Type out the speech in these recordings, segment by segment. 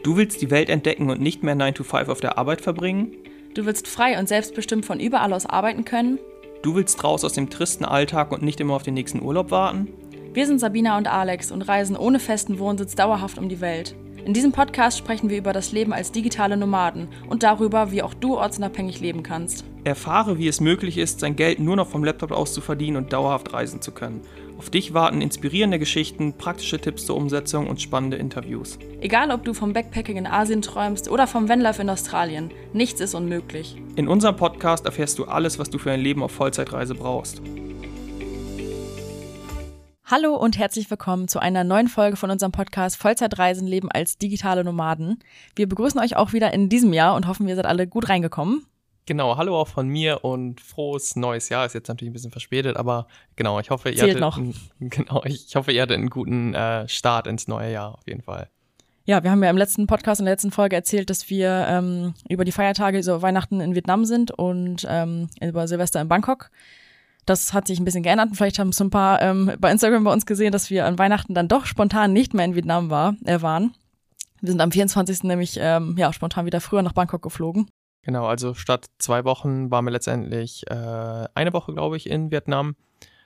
Du willst die Welt entdecken und nicht mehr 9 to 5 auf der Arbeit verbringen? Du willst frei und selbstbestimmt von überall aus arbeiten können? Du willst raus aus dem tristen Alltag und nicht immer auf den nächsten Urlaub warten? Wir sind Sabina und Alex und reisen ohne festen Wohnsitz dauerhaft um die Welt. In diesem Podcast sprechen wir über das Leben als digitale Nomaden und darüber, wie auch du ortsunabhängig leben kannst. Erfahre, wie es möglich ist, sein Geld nur noch vom Laptop aus zu verdienen und dauerhaft reisen zu können. Auf dich warten inspirierende Geschichten, praktische Tipps zur Umsetzung und spannende Interviews. Egal, ob du vom Backpacking in Asien träumst oder vom Vanlife in Australien, nichts ist unmöglich. In unserem Podcast erfährst du alles, was du für ein Leben auf Vollzeitreise brauchst. Hallo und herzlich willkommen zu einer neuen Folge von unserem Podcast Vollzeitreisen leben als digitale Nomaden. Wir begrüßen euch auch wieder in diesem Jahr und hoffen, ihr seid alle gut reingekommen. Genau, hallo auch von mir und frohes neues Jahr. Ist jetzt natürlich ein bisschen verspätet, aber genau, ich hoffe, ihr hattet einen guten Start ins neue Jahr auf jeden Fall. Ja, wir haben ja im letzten Podcast, in der letzten Folge erzählt, dass wir über die Feiertage, so Weihnachten in Vietnam sind und über Silvester in Bangkok. Das hat sich ein bisschen geändert und vielleicht haben so ein paar bei Instagram bei uns gesehen, dass wir an Weihnachten dann doch spontan nicht mehr in Vietnam waren. Wir sind am 24. nämlich spontan wieder früher nach Bangkok geflogen. Genau, also statt 2 Wochen waren wir letztendlich eine Woche, glaube ich, in Vietnam,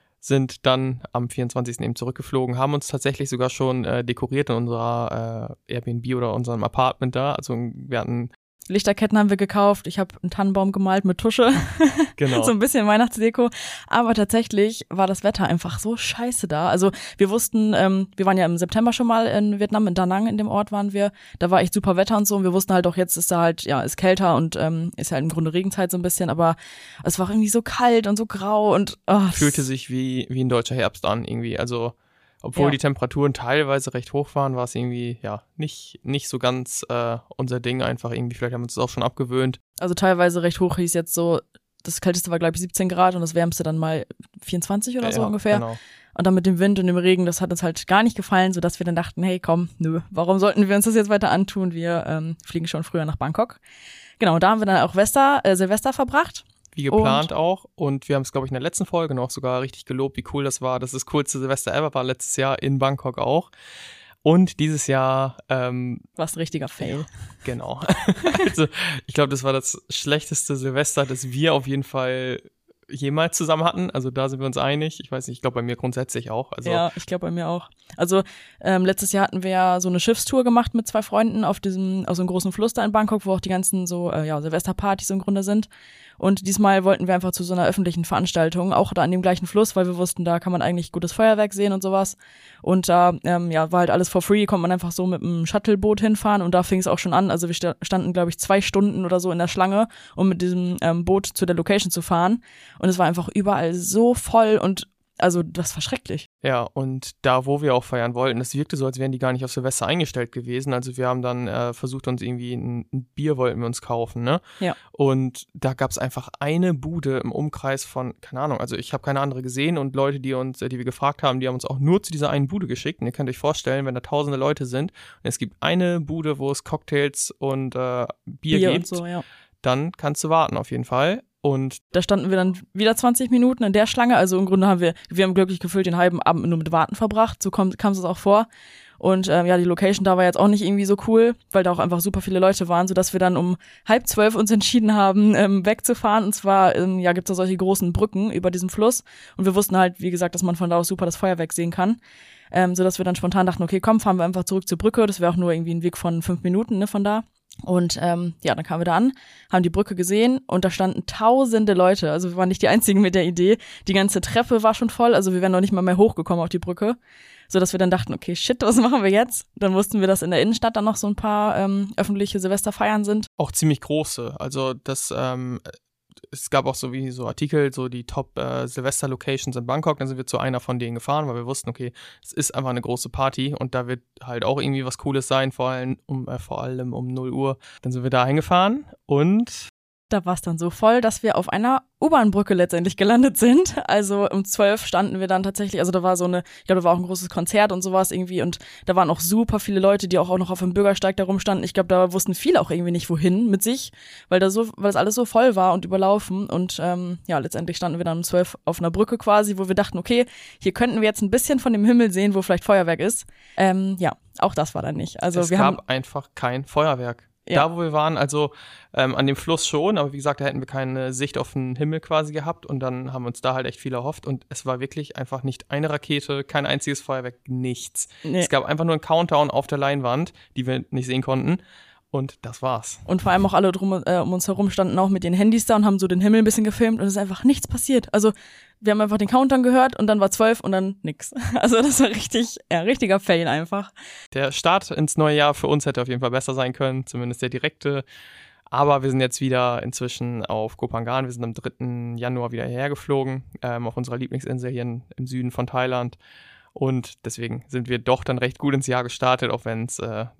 sind dann am 24. eben zurückgeflogen, haben uns tatsächlich sogar schon dekoriert in unserer Airbnb oder unserem Apartment da. Also wir hatten Lichterketten haben wir gekauft. Ich habe einen Tannenbaum gemalt mit Tusche. Genau. So ein bisschen Weihnachtsdeko. Aber tatsächlich war das Wetter einfach so scheiße da. Also wir wussten, wir waren ja im September schon mal in Vietnam, in Da Nang, in dem Ort waren wir. Da war echt super Wetter und so. Und wir wussten halt auch, jetzt ist da halt, ist kälter und ist halt im Grunde Regenzeit so ein bisschen. Aber es war irgendwie so kalt und so grau und fühlte sich wie ein deutscher Herbst an irgendwie. Also obwohl die Temperaturen teilweise recht hoch waren, war es irgendwie nicht so ganz unser Ding einfach irgendwie. Vielleicht haben wir uns das auch schon abgewöhnt. Also teilweise recht hoch hieß jetzt so, das Kälteste war, glaube ich, 17 Grad und das Wärmste dann mal 24 oder so ungefähr. Genau. Und dann mit dem Wind und dem Regen, das hat uns halt gar nicht gefallen, sodass wir dann dachten, hey komm, warum sollten wir uns das jetzt weiter antun? Wir fliegen schon früher nach Bangkok. Genau, da haben wir dann auch Silvester verbracht. Wie geplant auch. Und wir haben es, glaube ich, in der letzten Folge noch sogar richtig gelobt, wie cool das war. Das coolste Silvester ever war letztes Jahr in Bangkok auch. Und dieses Jahr war es ein richtiger Fail. Genau. Also ich glaube, das war das schlechteste Silvester, das wir auf jeden Fall jemals zusammen hatten. Also da sind wir uns einig. Ich weiß nicht, ich glaube bei mir grundsätzlich auch. Also ja, ich glaube bei mir auch. Also letztes Jahr hatten wir ja so eine Schiffstour gemacht mit 2 Freunden auf so einem großen Fluss da in Bangkok, wo auch die ganzen so Silvesterpartys im Grunde sind. Und diesmal wollten wir einfach zu so einer öffentlichen Veranstaltung, auch da an dem gleichen Fluss, weil wir wussten, da kann man eigentlich gutes Feuerwerk sehen und sowas. Und da war halt alles for free, konnte man einfach so mit einem Shuttleboot hinfahren und da fing es auch schon an. Also wir standen, glaube ich, 2 Stunden oder so in der Schlange, um mit diesem Boot zu der Location zu fahren. Und es war einfach überall so voll und also das war schrecklich. Ja, und da, wo wir auch feiern wollten, das wirkte so, als wären die gar nicht auf Silvester eingestellt gewesen. Also wir haben dann versucht, uns irgendwie ein Bier wollten wir uns kaufen, ne? Ja. Und da gab es einfach eine Bude im Umkreis von, keine Ahnung, also ich habe keine andere gesehen und Leute, die wir gefragt haben, die haben uns auch nur zu dieser einen Bude geschickt. Und ihr könnt euch vorstellen, wenn da tausende Leute sind und es gibt eine Bude, wo es Cocktails und Bier gibt, und so, ja. Dann kannst du warten auf jeden Fall. Und da standen wir dann wieder 20 Minuten in der Schlange. Also im Grunde haben wir glücklich gefüllt den halben Abend nur mit Warten verbracht. So kam es auch vor. Und die Location da war jetzt auch nicht irgendwie so cool, weil da auch einfach super viele Leute waren, sodass wir dann um 11:30 uns entschieden haben, wegzufahren. Und zwar gibt es da solche großen Brücken über diesem Fluss. Und wir wussten halt, wie gesagt, dass man von da aus super das Feuerwerk sehen kann. Sodass wir dann spontan dachten, okay, komm, fahren wir einfach zurück zur Brücke. Das wäre auch nur irgendwie ein Weg von 5 Minuten, ne, von da. Und dann kamen wir da an, haben die Brücke gesehen und da standen tausende Leute. Also wir waren nicht die Einzigen mit der Idee. Die ganze Treppe war schon voll, also wir wären noch nicht mal mehr hochgekommen auf die Brücke. Sodass wir dann dachten, okay, shit, was machen wir jetzt? Dann wussten wir, dass in der Innenstadt dann noch so ein paar öffentliche Silvesterfeiern sind. Auch ziemlich große. Also es gab auch so Artikel, so die Top Silvester-Locations in Bangkok, dann sind wir zu einer von denen gefahren, weil wir wussten, okay, es ist einfach eine große Party und da wird halt auch irgendwie was Cooles sein, vor allem um 0 Uhr. Dann sind wir da hingefahren und Da war es dann so voll, dass wir auf einer U-Bahn-Brücke letztendlich gelandet sind. Also um 12 standen wir dann tatsächlich, also da war ich glaube, da war auch ein großes Konzert und sowas irgendwie und da waren auch super viele Leute, die auch noch auf dem Bürgersteig da rumstanden. Ich glaube, da wussten viele auch irgendwie nicht wohin mit sich, weil das alles so voll war und überlaufen und letztendlich standen wir dann um 12 auf einer Brücke quasi, wo wir dachten, okay, hier könnten wir jetzt ein bisschen von dem Himmel sehen, wo vielleicht Feuerwerk ist. Auch das war dann nicht. Also es gab einfach kein Feuerwerk. Ja. Da, wo wir waren, also an dem Fluss schon, aber wie gesagt, da hätten wir keine Sicht auf den Himmel quasi gehabt und dann haben wir uns da halt echt viel erhofft und es war wirklich einfach nicht eine Rakete, kein einziges Feuerwerk, nichts. Nee. Es gab einfach nur einen Countdown auf der Leinwand, die wir nicht sehen konnten. Und das war's. Und vor allem auch alle um uns herum standen auch mit den Handys da und haben so den Himmel ein bisschen gefilmt und es ist einfach nichts passiert. Also wir haben einfach den Countdown gehört und dann war 12 und dann nix. Also das war richtiger Fail einfach. Der Start ins neue Jahr für uns hätte auf jeden Fall besser sein können, zumindest der direkte. Aber wir sind jetzt wieder inzwischen auf Koh Phangan. Wir sind am 3. Januar wieder hierher geflogen, auf unserer Lieblingsinsel hier im Süden von Thailand. Und deswegen sind wir doch dann recht gut ins Jahr gestartet, auch wenn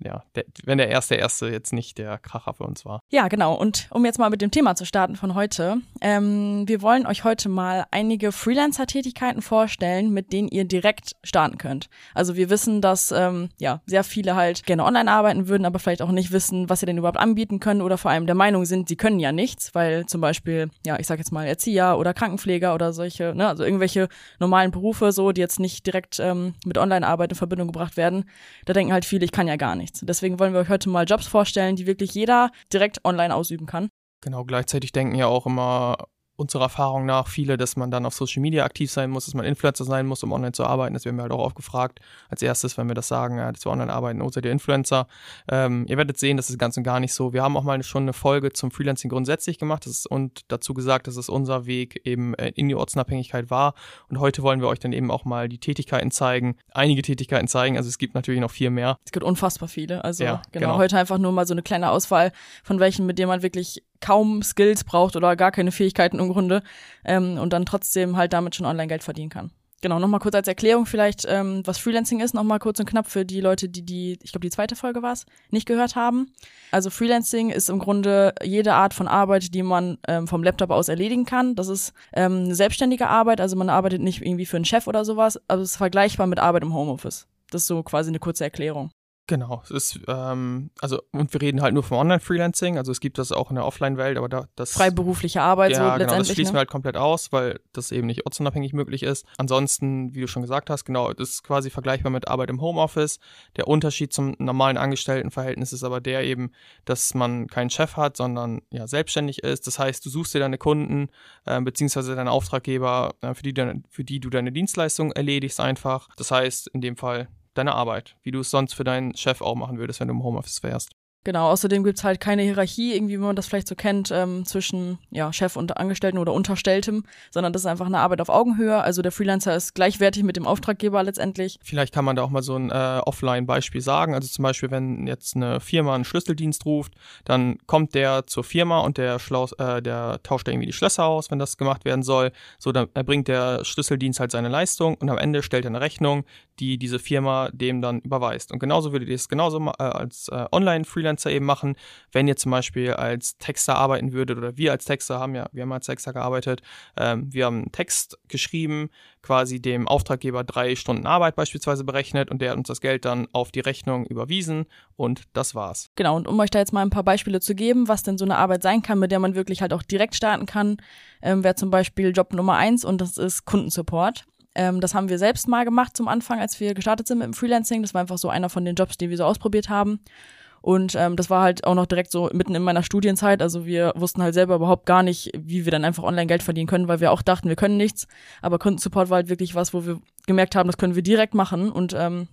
wenn der 1.1. jetzt nicht der Kracher für uns war. Ja, genau. Und um jetzt mal mit dem Thema zu starten von heute. Wir wollen euch heute mal einige Freelancer-Tätigkeiten vorstellen, mit denen ihr direkt starten könnt. Also wir wissen, dass sehr viele halt gerne online arbeiten würden, aber vielleicht auch nicht wissen, was sie denn überhaupt anbieten können oder vor allem der Meinung sind, sie können ja nichts, weil zum Beispiel, ich sag jetzt mal Erzieher oder Krankenpfleger oder solche, also irgendwelche normalen Berufe so, die jetzt nicht direkt mit Online-Arbeit in Verbindung gebracht werden, da denken halt viele, ich kann ja gar nichts. Deswegen wollen wir euch heute mal Jobs vorstellen, die wirklich jeder direkt online ausüben kann. Genau, gleichzeitig denken ja auch immer unserer Erfahrung nach viele, dass man dann auf Social Media aktiv sein muss, dass man Influencer sein muss, um online zu arbeiten. Das werden wir halt auch oft gefragt. Als erstes, wenn wir das sagen, dass wir online arbeiten, seid ihr Influencer. Ihr werdet sehen, das ist ganz und gar nicht so. Wir haben auch mal schon eine Folge zum Freelancing grundsätzlich gemacht und dazu gesagt, dass es unser Weg eben in die Ortsunabhängigkeit war. Und heute wollen wir euch dann eben auch mal die Tätigkeiten zeigen, einige Tätigkeiten zeigen. Also es gibt natürlich noch viel mehr. Es gibt unfassbar viele. Also genau. Heute einfach nur mal so eine kleine Auswahl von welchen, mit denen man wirklich kaum Skills braucht oder gar keine Fähigkeiten im Grunde und dann trotzdem halt damit schon online Geld verdienen kann. Genau, nochmal kurz als Erklärung vielleicht, was Freelancing ist, nochmal kurz und knapp für die Leute, ich glaube die 2. Folge war es, nicht gehört haben. Also Freelancing ist im Grunde jede Art von Arbeit, die man vom Laptop aus erledigen kann. Das ist eine selbstständige Arbeit, also man arbeitet nicht irgendwie für einen Chef oder sowas, also es ist vergleichbar mit Arbeit im Homeoffice. Das ist so quasi eine kurze Erklärung. Genau, es ist, und wir reden halt nur vom Online-Freelancing, also es gibt das auch in der Offline-Welt, aber das freiberufliche Arbeit, so letztendlich. Genau, das schließen wir halt komplett aus, weil das eben nicht ortsunabhängig möglich ist. Ansonsten, wie du schon gesagt hast, genau, das ist quasi vergleichbar mit Arbeit im Homeoffice. Der Unterschied zum normalen Angestelltenverhältnis ist aber der eben, dass man keinen Chef hat, sondern selbstständig ist. Das heißt, du suchst dir deine Kunden, beziehungsweise deine Auftraggeber, für die du deine Dienstleistung erledigst einfach. Das heißt, in dem Fall deine Arbeit, wie du es sonst für deinen Chef auch machen würdest, wenn du im Homeoffice wärst. Genau, außerdem gibt's halt keine Hierarchie, irgendwie, wie man das vielleicht so kennt, zwischen Chef und Angestellten oder Unterstelltem, sondern das ist einfach eine Arbeit auf Augenhöhe. Also der Freelancer ist gleichwertig mit dem Auftraggeber letztendlich. Vielleicht kann man da auch mal so ein Offline-Beispiel sagen. Also zum Beispiel, wenn jetzt eine Firma einen Schlüsseldienst ruft, dann kommt der zur Firma und der tauscht da irgendwie die Schlösser aus, wenn das gemacht werden soll. So, dann erbringt der Schlüsseldienst halt seine Leistung und am Ende stellt er eine Rechnung, die diese Firma dem dann überweist. Und genauso würdet ihr es als Online-Freelancer eben machen, wenn ihr zum Beispiel als Texter arbeiten würdet oder wir als Texter wir haben als Texter gearbeitet, wir haben einen Text geschrieben, quasi dem Auftraggeber 3 Stunden Arbeit beispielsweise berechnet und der hat uns das Geld dann auf die Rechnung überwiesen und das war's. Genau, und um euch da jetzt mal ein paar Beispiele zu geben, was denn so eine Arbeit sein kann, mit der man wirklich halt auch direkt starten kann, wäre zum Beispiel Job Nummer 1 und das ist Kundensupport. Das haben wir selbst mal gemacht zum Anfang, als wir gestartet sind mit dem Freelancing. Das war einfach so einer von den Jobs, die wir so ausprobiert haben. Und das war halt auch noch direkt so mitten in meiner Studienzeit. Also wir wussten halt selber überhaupt gar nicht, wie wir dann einfach online Geld verdienen können, weil wir auch dachten, wir können nichts. Aber Kundensupport war halt wirklich was, wo wir gemerkt haben, das können wir direkt machen. Und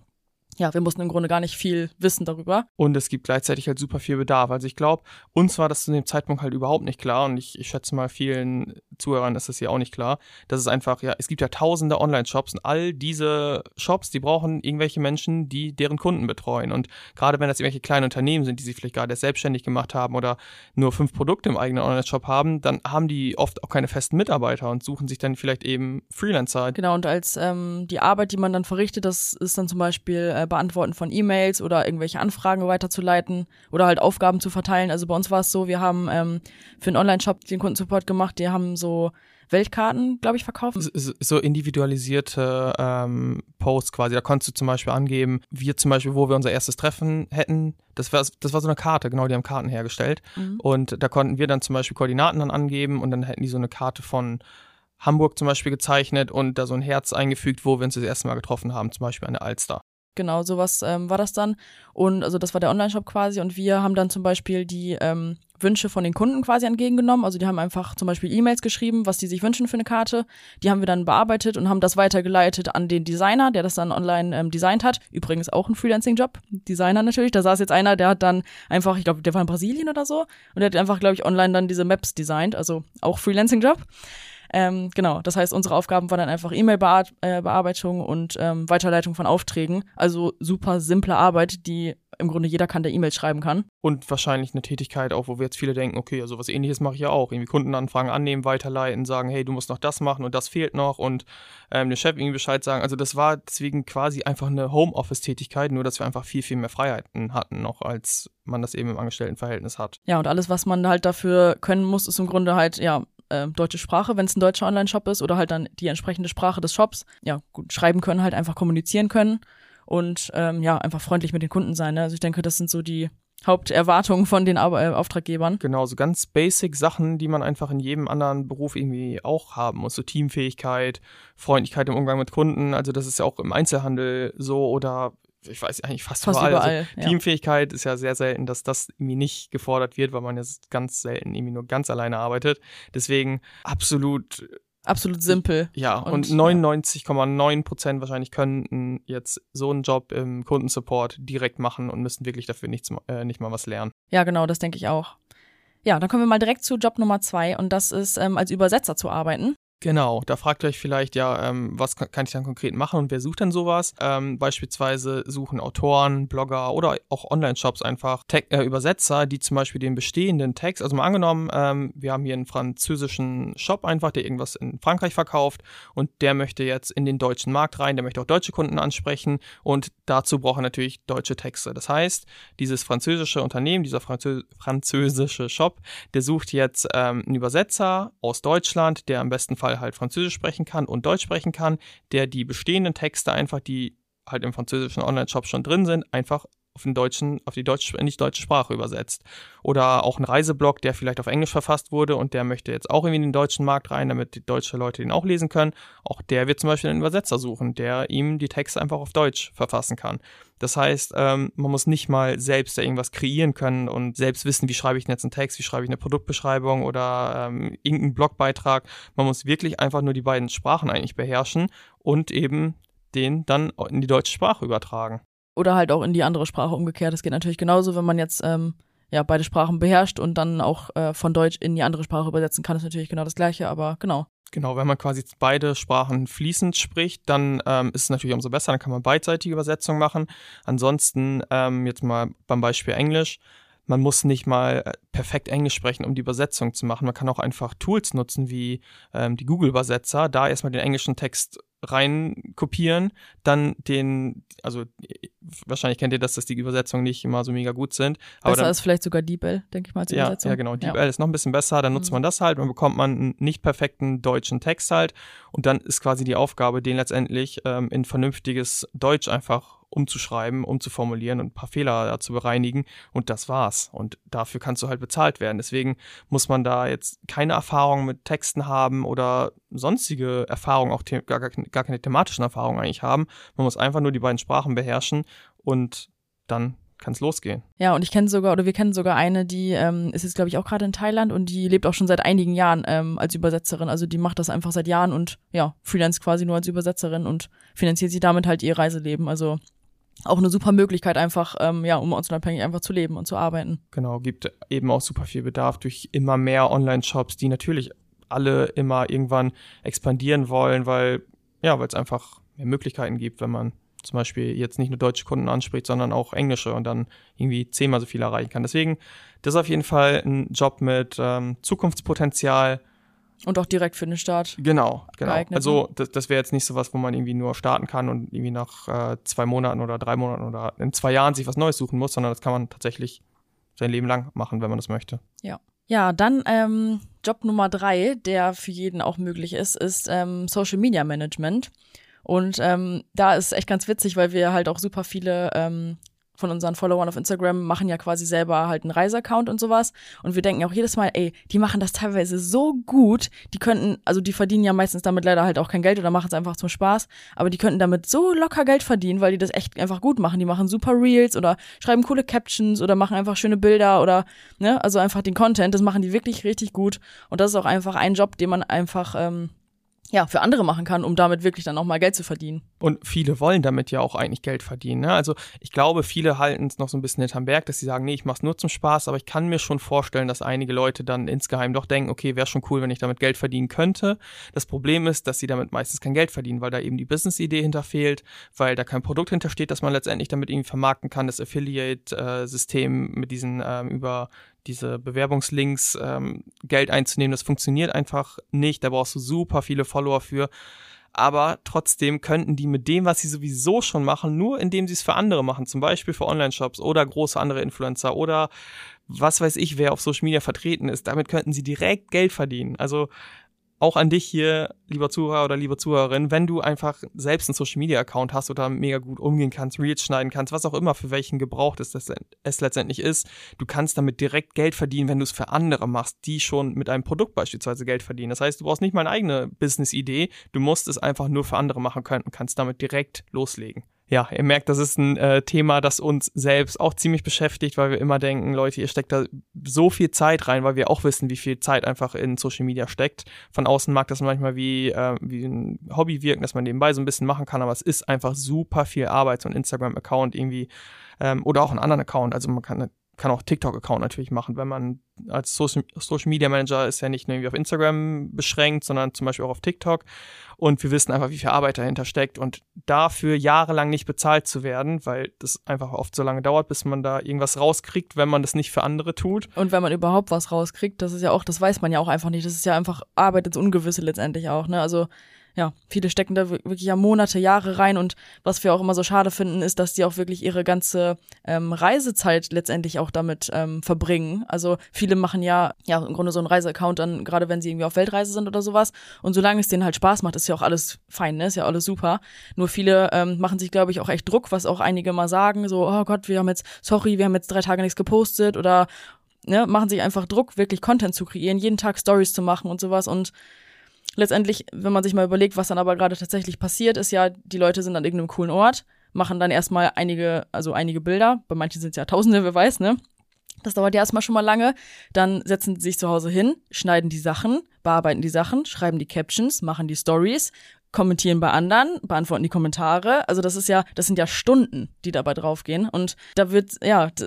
wir mussten im Grunde gar nicht viel wissen darüber. Und es gibt gleichzeitig halt super viel Bedarf. Also ich glaube, uns war das zu dem Zeitpunkt halt überhaupt nicht klar und ich schätze mal vielen Zuhörern ist das hier auch nicht klar. Das ist einfach, es gibt ja tausende Online-Shops und all diese Shops, die brauchen irgendwelche Menschen, die deren Kunden betreuen. Und gerade wenn das irgendwelche kleinen Unternehmen sind, die sich vielleicht gerade erst selbstständig gemacht haben oder nur 5 Produkte im eigenen Online-Shop haben, dann haben die oft auch keine festen Mitarbeiter und suchen sich dann vielleicht eben Freelancer. Genau, und als die Arbeit, die man dann verrichtet, das ist dann zum Beispiel Beantworten von E-Mails oder irgendwelche Anfragen weiterzuleiten oder halt Aufgaben zu verteilen. Also bei uns war es so, wir haben für einen Online-Shop den Kundensupport gemacht, die haben so Weltkarten, glaube ich, verkauft. So individualisierte Posts quasi. Da konntest du zum Beispiel angeben, wir zum Beispiel, wo wir unser erstes Treffen hätten, das war so eine Karte, genau, die haben Karten hergestellt. Und da konnten wir dann zum Beispiel Koordinaten dann angeben und dann hätten die so eine Karte von Hamburg zum Beispiel gezeichnet und da so ein Herz eingefügt, wo wir uns das erste Mal getroffen haben, zum Beispiel an der Alster. Genau, sowas war das dann. Und also das war der Online-Shop quasi und wir haben dann zum Beispiel die Wünsche von den Kunden quasi entgegengenommen. Also die haben einfach zum Beispiel E-Mails geschrieben, was die sich wünschen für eine Karte. Die haben wir dann bearbeitet und haben das weitergeleitet an den Designer, der das dann online designt hat. Übrigens auch ein Freelancing-Job, Designer natürlich. Da saß jetzt einer, der hat dann einfach, ich glaube, der war in Brasilien oder so und der hat einfach, glaube ich, online dann diese Maps designt, also auch Freelancing-Job. Genau, das heißt, unsere Aufgaben waren dann einfach E-Mail-Bearbeitung und Weiterleitung von Aufträgen. Also super simple Arbeit, die im Grunde jeder kann, der E-Mails schreiben kann. Und wahrscheinlich eine Tätigkeit auch, wo wir jetzt viele denken, okay, also was Ähnliches mache ich ja auch. Irgendwie Kundenanfragen annehmen, weiterleiten, sagen, hey, du musst noch das machen und das fehlt noch und dem Chef irgendwie Bescheid sagen. Also das war deswegen quasi einfach eine Homeoffice-Tätigkeit, nur dass wir einfach viel, viel mehr Freiheiten hatten noch, als man das eben im Angestelltenverhältnis hat. Ja, und alles, was man halt dafür können muss, ist im Grunde halt, ja, deutsche Sprache, wenn es ein deutscher Online-Shop ist oder halt dann die entsprechende Sprache des Shops. Ja, gut, schreiben können, halt einfach kommunizieren können und ja, einfach freundlich mit den Kunden sein. Ne? Also ich denke, das sind so die Haupterwartungen von den Auftraggebern. Genau, so ganz basic Sachen, die man einfach in jedem anderen Beruf irgendwie auch haben muss. So Teamfähigkeit, Freundlichkeit im Umgang mit Kunden. Also das ist ja auch im Einzelhandel so oder ich weiß eigentlich fast überall. Also ja. Teamfähigkeit ist ja sehr selten, dass das irgendwie nicht gefordert wird, weil man jetzt ganz selten irgendwie nur ganz alleine arbeitet. Deswegen absolut simpel. Ja, und 99,9% wahrscheinlich könnten jetzt so einen Job im Kundensupport direkt machen und müssen wirklich dafür nicht mal was lernen. Ja, genau, das denke ich auch. Ja, dann kommen wir mal direkt zu Job Nummer 2 und das ist, als Übersetzer zu arbeiten. Genau, da fragt ihr euch vielleicht, ja, was kann ich dann konkret machen und wer sucht denn sowas? Beispielsweise suchen Autoren, Blogger oder auch Online-Shops einfach Übersetzer, die zum Beispiel den bestehenden Text, also mal angenommen, wir haben hier einen französischen Shop einfach, der irgendwas in Frankreich verkauft und der möchte jetzt in den deutschen Markt rein, der möchte auch deutsche Kunden ansprechen und dazu braucht er natürlich deutsche Texte. Das heißt, dieses französische Unternehmen, dieser französische Shop, der sucht jetzt einen Übersetzer aus Deutschland, der am besten Fall halt Französisch sprechen kann und Deutsch sprechen kann, der die bestehenden Texte einfach, die halt im französischen Online-Shop schon drin sind, einfach in die deutsche Sprache übersetzt. Oder auch ein Reiseblog, der vielleicht auf Englisch verfasst wurde und der möchte jetzt auch irgendwie in den deutschen Markt rein, damit die deutsche Leute den auch lesen können. Auch der wird zum Beispiel einen Übersetzer suchen, der ihm die Texte einfach auf Deutsch verfassen kann. Das heißt, man muss nicht mal selbst irgendwas kreieren können und selbst wissen, wie schreibe ich denn jetzt einen Text, wie schreibe ich eine Produktbeschreibung oder irgendeinen Blogbeitrag. Man muss wirklich einfach nur die beiden Sprachen eigentlich beherrschen und eben den dann in die deutsche Sprache übertragen. Oder halt auch in die andere Sprache umgekehrt. Das geht natürlich genauso, wenn man jetzt beide Sprachen beherrscht und dann auch von Deutsch in die andere Sprache übersetzen kann, ist natürlich genau das Gleiche, aber genau. Genau, wenn man quasi beide Sprachen fließend spricht, dann ist es natürlich umso besser, dann kann man beidseitige Übersetzung machen. Ansonsten, jetzt mal beim Beispiel Englisch, man muss nicht mal perfekt Englisch sprechen, um die Übersetzung zu machen. Man kann auch einfach Tools nutzen, wie die Google-Übersetzer, da erstmal den englischen Text rein kopieren, dann wahrscheinlich kennt ihr das, dass die Übersetzungen nicht immer so mega gut sind. Besser ist vielleicht sogar DeepL, denke ich mal, als Übersetzung. Ja, genau. DeepL ist noch ein bisschen besser, dann nutzt man das halt, dann bekommt man einen nicht perfekten deutschen Text halt und dann ist quasi die Aufgabe, den letztendlich in vernünftiges Deutsch einfach umzuschreiben, umzuformulieren und ein paar Fehler zu bereinigen und das war's. Und dafür kannst du halt bezahlt werden. Deswegen muss man da jetzt keine Erfahrung mit Texten haben oder sonstige Erfahrungen, auch gar keine thematischen Erfahrungen eigentlich haben. Man muss einfach nur die beiden Sprachen beherrschen und dann kann es losgehen. Ja, und wir kennen sogar eine, die ist jetzt, glaube ich, auch gerade in Thailand und die lebt auch schon seit einigen Jahren als Übersetzerin. Also die macht das einfach seit Jahren und ja, freelance quasi nur als Übersetzerin und finanziert sich damit halt ihr Reiseleben. Also auch eine super Möglichkeit einfach, um ortsunabhängig einfach zu leben und zu arbeiten. Genau, gibt eben auch super viel Bedarf durch immer mehr Online-Shops, die natürlich alle immer irgendwann expandieren wollen, weil es einfach mehr Möglichkeiten gibt, wenn man zum Beispiel jetzt nicht nur deutsche Kunden anspricht, sondern auch englische und dann irgendwie 10-mal so viel erreichen kann. Deswegen, das ist auf jeden Fall ein Job mit Zukunftspotenzial Und auch direkt für den Start. Genau. Geeignet, Also das wäre jetzt nicht so was, wo man irgendwie nur starten kann und irgendwie nach 2 Monaten oder 3 Monaten oder in 2 Jahren sich was Neues suchen muss, sondern das kann man tatsächlich sein Leben lang machen, wenn man das möchte. Ja, dann Job Nummer 3, der für jeden auch möglich ist Social Media Management. Und da ist echt ganz witzig, weil wir halt auch super viele von unseren Followern auf Instagram machen ja quasi selber halt einen Reiseaccount und sowas. Und wir denken auch jedes Mal, die machen das teilweise so gut, die verdienen ja meistens damit leider halt auch kein Geld oder machen es einfach zum Spaß, aber die könnten damit so locker Geld verdienen, weil die das echt einfach gut machen. Die machen super Reels oder schreiben coole Captions oder machen einfach schöne Bilder oder, ne, also einfach den Content, das machen die wirklich richtig gut. Und das ist auch einfach ein Job, den man einfach, für andere machen kann, um damit wirklich dann auch mal Geld zu verdienen. Und viele wollen damit ja auch eigentlich Geld verdienen. Ne? Also ich glaube, viele halten es noch so ein bisschen hinterm Berg, dass sie sagen, nee, ich mach's nur zum Spaß, aber ich kann mir schon vorstellen, dass einige Leute dann insgeheim doch denken, okay, wäre schon cool, wenn ich damit Geld verdienen könnte. Das Problem ist, dass sie damit meistens kein Geld verdienen, weil da eben die Business-Idee hinterfehlt, weil da kein Produkt hintersteht, das man letztendlich damit irgendwie vermarkten kann. Das Affiliate-System mit diesen über diese Bewerbungslinks Geld einzunehmen, das funktioniert einfach nicht. Da brauchst du super viele Follower für. Aber trotzdem könnten die mit dem, was sie sowieso schon machen, nur indem sie es für andere machen, zum Beispiel für Online-Shops oder große andere Influencer oder was weiß ich, wer auf Social Media vertreten ist, damit könnten sie direkt Geld verdienen. Also auch an dich hier, lieber Zuhörer oder liebe Zuhörerin, wenn du einfach selbst einen Social-Media-Account hast oder mega gut umgehen kannst, Reels schneiden kannst, was auch immer für welchen gebraucht ist, es letztendlich ist, du kannst damit direkt Geld verdienen, wenn du es für andere machst, die schon mit einem Produkt beispielsweise Geld verdienen. Das heißt, du brauchst nicht mal eine eigene Business-Idee, du musst es einfach nur für andere machen können und kannst damit direkt loslegen. Ja, ihr merkt, das ist ein Thema, das uns selbst auch ziemlich beschäftigt, weil wir immer denken, Leute, ihr steckt da so viel Zeit rein, weil wir auch wissen, wie viel Zeit einfach in Social Media steckt. Von außen mag das manchmal wie ein Hobby wirken, dass man nebenbei so ein bisschen machen kann, aber es ist einfach super viel Arbeit, so ein Instagram-Account irgendwie oder auch einen anderen Account. Also man kann auch TikTok-Account natürlich machen, wenn man als Social Media Manager ist ja nicht nur irgendwie auf Instagram beschränkt, sondern zum Beispiel auch auf TikTok. Und wir wissen einfach, wie viel Arbeit dahinter steckt und dafür jahrelang nicht bezahlt zu werden, weil das einfach oft so lange dauert, bis man da irgendwas rauskriegt, wenn man das nicht für andere tut. Und wenn man überhaupt was rauskriegt, das ist ja auch, das weiß man ja auch einfach nicht. Das ist ja einfach Arbeit ins Ungewisse letztendlich auch, ne? Also ja, viele stecken da wirklich ja Monate, Jahre rein und was wir auch immer so schade finden, ist, dass die auch wirklich ihre ganze Reisezeit letztendlich auch damit verbringen. Also viele machen ja im Grunde so einen Reiseaccount dann, gerade wenn sie irgendwie auf Weltreise sind oder sowas. Und solange es denen halt Spaß macht, ist ja auch alles fein, ne? Ist ja alles super. Nur viele machen sich, glaube ich, auch echt Druck, was auch einige mal sagen, so, oh Gott, wir haben jetzt 3 Tage nichts gepostet oder ne, machen sich einfach Druck, wirklich Content zu kreieren, jeden Tag Stories zu machen und sowas und letztendlich, wenn man sich mal überlegt, was dann aber gerade tatsächlich passiert, ist ja, die Leute sind an irgendeinem coolen Ort, machen dann erstmal einige Bilder, bei manchen sind es ja Tausende, wer weiß, ne? Das dauert ja erstmal schon mal lange. Dann setzen sie sich zu Hause hin, schneiden die Sachen, bearbeiten die Sachen, schreiben die Captions, machen die Stories, kommentieren bei anderen, beantworten die Kommentare. Also das sind ja Stunden, die dabei draufgehen. Und da wird,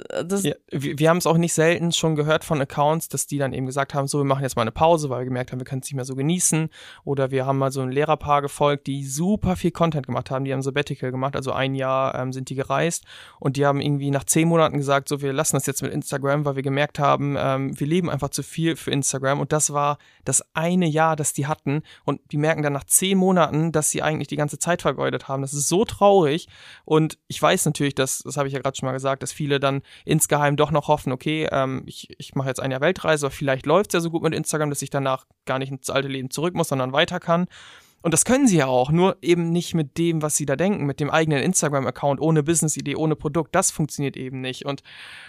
wir haben es auch nicht selten schon gehört von Accounts, dass die dann eben gesagt haben, so, wir machen jetzt mal eine Pause, weil wir gemerkt haben, wir können es nicht mehr so genießen. Oder wir haben mal so ein Lehrerpaar gefolgt, die super viel Content gemacht haben. Die haben Sabbatical gemacht, also 1 Jahr sind die gereist. Und die haben irgendwie nach 10 Monaten gesagt, so, wir lassen das jetzt mit Instagram, weil wir gemerkt haben, wir leben einfach zu viel für Instagram. Und das war das eine Jahr, das die hatten. Und die merken dann nach 10 Monaten, dass sie eigentlich die ganze Zeit vergeudet haben. Das ist so traurig und ich weiß natürlich, das habe ich ja gerade schon mal gesagt, dass viele dann insgeheim doch noch hoffen, okay, ich mache jetzt 1 Jahr Weltreise, aber vielleicht läuft es ja so gut mit Instagram, dass ich danach gar nicht ins alte Leben zurück muss, sondern weiter kann. Und das können sie ja auch, nur eben nicht mit dem, was sie da denken, mit dem eigenen Instagram-Account, ohne Business-Idee, ohne Produkt. Das funktioniert eben nicht und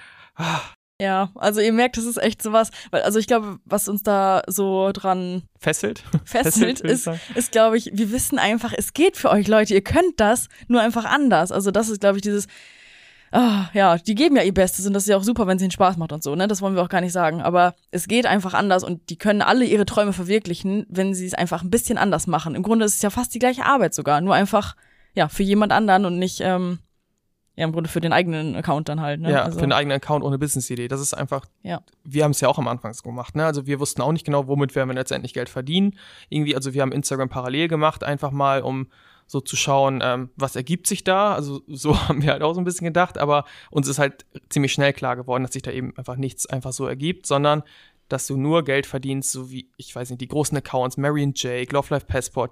ja, also ihr merkt, das ist echt sowas, weil, also ich glaube, was uns da so dran fesselt ist, glaube ich, wir wissen einfach, es geht für euch, Leute, ihr könnt das, nur einfach anders. Also das ist, glaube ich, dieses, die geben ja ihr Bestes und das ist ja auch super, wenn es ihnen Spaß macht und so, ne, das wollen wir auch gar nicht sagen, aber es geht einfach anders und die können alle ihre Träume verwirklichen, wenn sie es einfach ein bisschen anders machen. Im Grunde ist es ja fast die gleiche Arbeit sogar, nur einfach, für jemand anderen und nicht, im Grunde für den eigenen Account dann halt, ne? Ja, also für den eigenen Account ohne Business-Idee. Das ist einfach, wir haben es ja auch am Anfang gemacht, ne? Also wir wussten auch nicht genau, womit werden wir letztendlich Geld verdienen. Irgendwie, also wir haben Instagram parallel gemacht, einfach mal, um so zu schauen, was ergibt sich da. Also so haben wir halt auch so ein bisschen gedacht, aber uns ist halt ziemlich schnell klar geworden, dass sich da eben einfach nichts einfach so ergibt, sondern dass du nur Geld verdienst, so wie, ich weiß nicht, die großen Accounts, Marion Jake, Love Life Passport,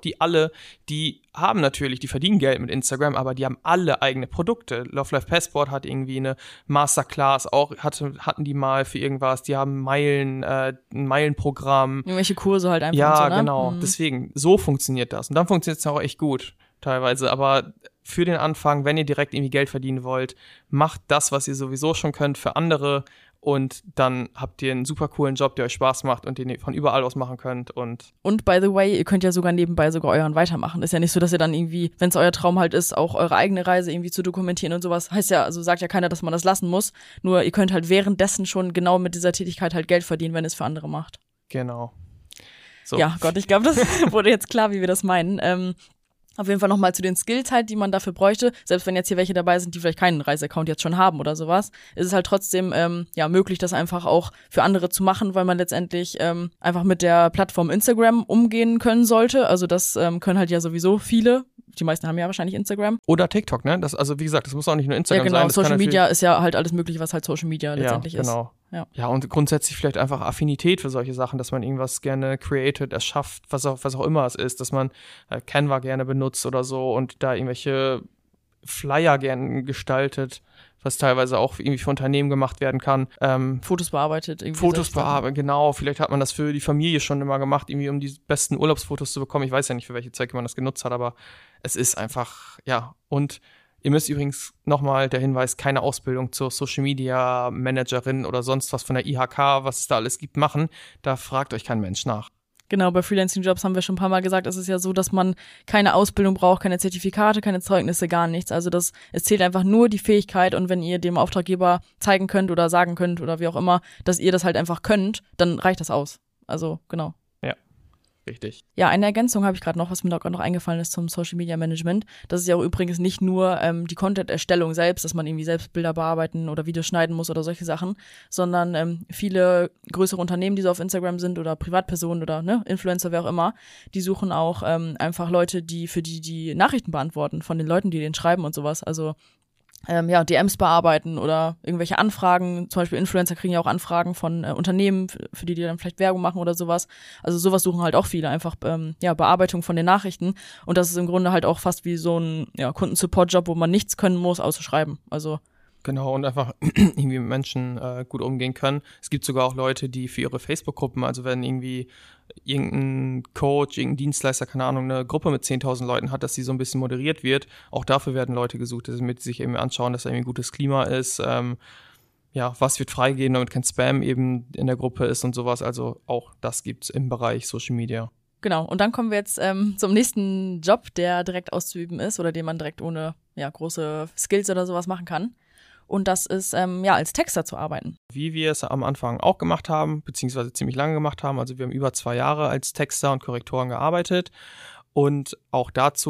die haben natürlich, die verdienen Geld mit Instagram, aber die haben alle eigene Produkte. Love Life Passport hat irgendwie eine Masterclass, auch hatten die mal für irgendwas, die haben ein Meilenprogramm. Irgendwelche Kurse halt einfach. Ja, und so, ne? genau. Deswegen, so funktioniert das. Und dann funktioniert es auch echt gut, teilweise. Aber für den Anfang, wenn ihr direkt irgendwie Geld verdienen wollt, macht das, was ihr sowieso schon könnt, für andere. Und dann habt ihr einen super coolen Job, der euch Spaß macht und den ihr von überall aus machen könnt. Und by the way, ihr könnt ja sogar nebenbei sogar euren weitermachen. Ist ja nicht so, dass ihr dann irgendwie, wenn es euer Traum halt ist, auch eure eigene Reise irgendwie zu dokumentieren und sowas. Heißt ja, also sagt ja keiner, dass man das lassen muss. Nur ihr könnt halt währenddessen schon genau mit dieser Tätigkeit halt Geld verdienen, wenn ihr es für andere macht. genau. So. Ja, Gott, ich glaube, das wurde jetzt klar, wie wir das meinen. Auf jeden Fall nochmal zu den Skills halt, die man dafür bräuchte. Selbst wenn jetzt hier welche dabei sind, die vielleicht keinen Reiseaccount jetzt schon haben oder sowas, ist es halt trotzdem möglich, das einfach auch für andere zu machen, weil man letztendlich einfach mit der Plattform Instagram umgehen können sollte. Also das können halt ja sowieso viele. Die meisten haben ja wahrscheinlich Instagram. Oder TikTok, ne? Also wie gesagt, das muss auch nicht nur Instagram sein. Ja, genau. sein. Social Media ist ja halt alles Mögliche, was halt Social Media letztendlich ist. Ja, und grundsätzlich vielleicht einfach Affinität für solche Sachen, dass man irgendwas gerne created, erschafft, was auch immer es ist, dass man Canva gerne benutzt oder so und da irgendwelche Flyer gerne gestaltet, was teilweise auch irgendwie für Unternehmen gemacht werden kann. Fotos bearbeitet. Genau. Vielleicht hat man das für die Familie schon immer gemacht, irgendwie um die besten Urlaubsfotos zu bekommen. Ich weiß ja nicht, für welche Zwecke man das genutzt hat, aber es ist einfach, ja. Und ihr müsst übrigens nochmal der Hinweis, keine Ausbildung zur Social Media Managerin oder sonst was von der IHK, was es da alles gibt, machen. Da fragt euch kein Mensch nach. Genau, bei Freelancing-Jobs haben wir schon ein paar Mal gesagt, es ist ja so, dass man keine Ausbildung braucht, keine Zertifikate, keine Zeugnisse, gar nichts. Also es zählt einfach nur die Fähigkeit und wenn ihr dem Auftraggeber zeigen könnt oder sagen könnt oder wie auch immer, dass ihr das halt einfach könnt, dann reicht das aus. Also, genau. Richtig. Ja, eine Ergänzung habe ich gerade noch, was mir gerade noch eingefallen ist zum Social Media Management. Das ist ja auch übrigens nicht nur die Content-Erstellung selbst, dass man irgendwie selbst Bilder bearbeiten oder Videos schneiden muss oder solche Sachen, sondern viele größere Unternehmen, die so auf Instagram sind oder Privatpersonen oder Influencer, wer auch immer, die suchen auch einfach Leute, die für die Nachrichten beantworten von den Leuten, die denen schreiben und sowas. Also DMs bearbeiten oder irgendwelche Anfragen, zum Beispiel Influencer kriegen ja auch Anfragen von Unternehmen, für die dann vielleicht Werbung machen oder sowas. Also sowas suchen halt auch viele, einfach Bearbeitung von den Nachrichten und das ist im Grunde halt auch fast wie so ein Kundensupport-Job, wo man nichts können muss, außer schreiben. Also genau, und einfach irgendwie mit Menschen gut umgehen können. Es gibt sogar auch Leute, die für ihre Facebook-Gruppen, also wenn irgendwie irgendein Coach, irgendein Dienstleister, keine Ahnung, eine Gruppe mit 10.000 Leuten hat, dass sie so ein bisschen moderiert wird. Auch dafür werden Leute gesucht, damit sie sich eben anschauen, dass da irgendwie ein gutes Klima ist. Was wird freigegeben, damit kein Spam eben in der Gruppe ist und sowas. Also auch das gibt's im Bereich Social Media. Genau, und dann kommen wir jetzt zum nächsten Job, der direkt auszuüben ist oder den man direkt ohne große Skills oder sowas machen kann. Und das ist, als Texter zu arbeiten. Wie wir es am Anfang auch gemacht haben, beziehungsweise ziemlich lange gemacht haben. Also wir haben über 2 Jahre als Texter und Korrektoren gearbeitet. Und auch dazu,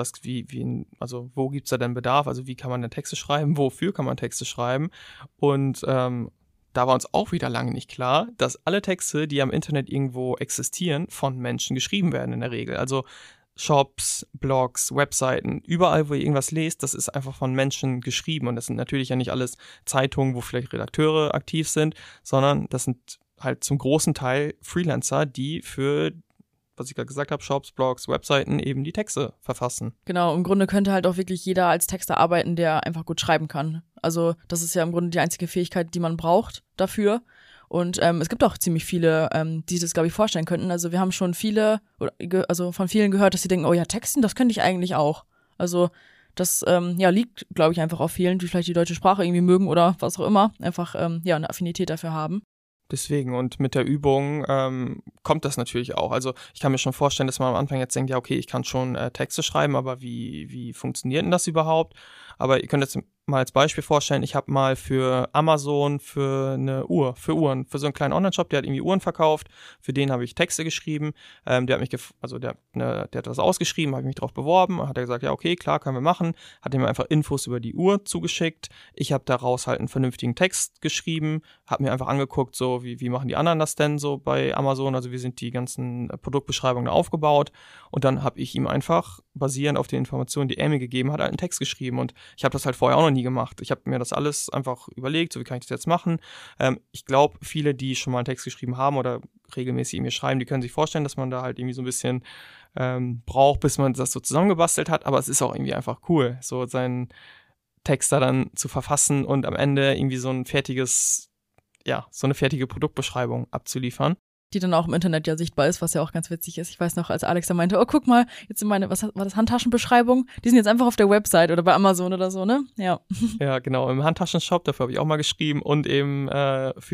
wo gibt's da denn Bedarf? Also wie kann man denn Texte schreiben? Wofür kann man Texte schreiben? Und da war uns auch wieder lange nicht klar, dass alle Texte, die am Internet irgendwo existieren, von Menschen geschrieben werden in der Regel. Also Shops, Blogs, Webseiten, überall, wo ihr irgendwas lest, das ist einfach von Menschen geschrieben. Und das sind natürlich ja nicht alles Zeitungen, wo vielleicht Redakteure aktiv sind, sondern das sind halt zum großen Teil Freelancer, die für, was ich gerade gesagt habe, Shops, Blogs, Webseiten eben die Texte verfassen. Genau, im Grunde könnte halt auch wirklich jeder als Texter arbeiten, der einfach gut schreiben kann. Also das ist ja im Grunde die einzige Fähigkeit, die man braucht dafür. Und es gibt auch ziemlich viele, die sich das, glaube ich, vorstellen könnten. Also wir haben schon von vielen gehört, dass sie denken, oh ja, Texten, das könnte ich eigentlich auch. Also das liegt, glaube ich, einfach auf vielen, die vielleicht die deutsche Sprache irgendwie mögen oder was auch immer, einfach eine Affinität dafür haben. Deswegen, und mit der Übung kommt das natürlich auch. Also ich kann mir schon vorstellen, dass man am Anfang jetzt denkt, ja okay, ich kann schon Texte schreiben, aber wie funktioniert denn das überhaupt? Aber ihr könnt jetzt mal als Beispiel vorstellen, ich habe mal für Amazon für Uhren, für so einen kleinen Online-Shop, der hat irgendwie Uhren verkauft, für den habe ich Texte geschrieben, der hat das ausgeschrieben, habe ich mich drauf beworben, hat er gesagt, ja okay, klar, können wir machen, hat ihm einfach Infos über die Uhr zugeschickt, ich habe daraus halt einen vernünftigen Text geschrieben, habe mir einfach angeguckt, so wie machen die anderen das denn so bei Amazon, also wie sind die ganzen Produktbeschreibungen da aufgebaut und dann habe ich ihm einfach basierend auf den Informationen, die er mir gegeben hat, halt einen Text geschrieben und ich habe das halt vorher auch noch nie nie gemacht. Ich habe mir das alles einfach überlegt, so wie kann ich das jetzt machen. Ich glaube, viele, die schon mal einen Text geschrieben haben oder regelmäßig mir schreiben, die können sich vorstellen, dass man da halt irgendwie so ein bisschen braucht, bis man das so zusammengebastelt hat. Aber es ist auch irgendwie einfach cool, so seinen Text da dann zu verfassen und am Ende irgendwie so eine fertige Produktbeschreibung abzuliefern. Die dann auch im Internet ja sichtbar ist, was ja auch ganz witzig ist. Ich weiß noch, als Alex da meinte, oh, guck mal, jetzt sind meine, was war das, Handtaschenbeschreibung? Die sind jetzt einfach auf der Website oder bei Amazon oder so, ne? Ja. Ja, genau, im Handtaschenshop, dafür habe ich auch mal geschrieben und eben für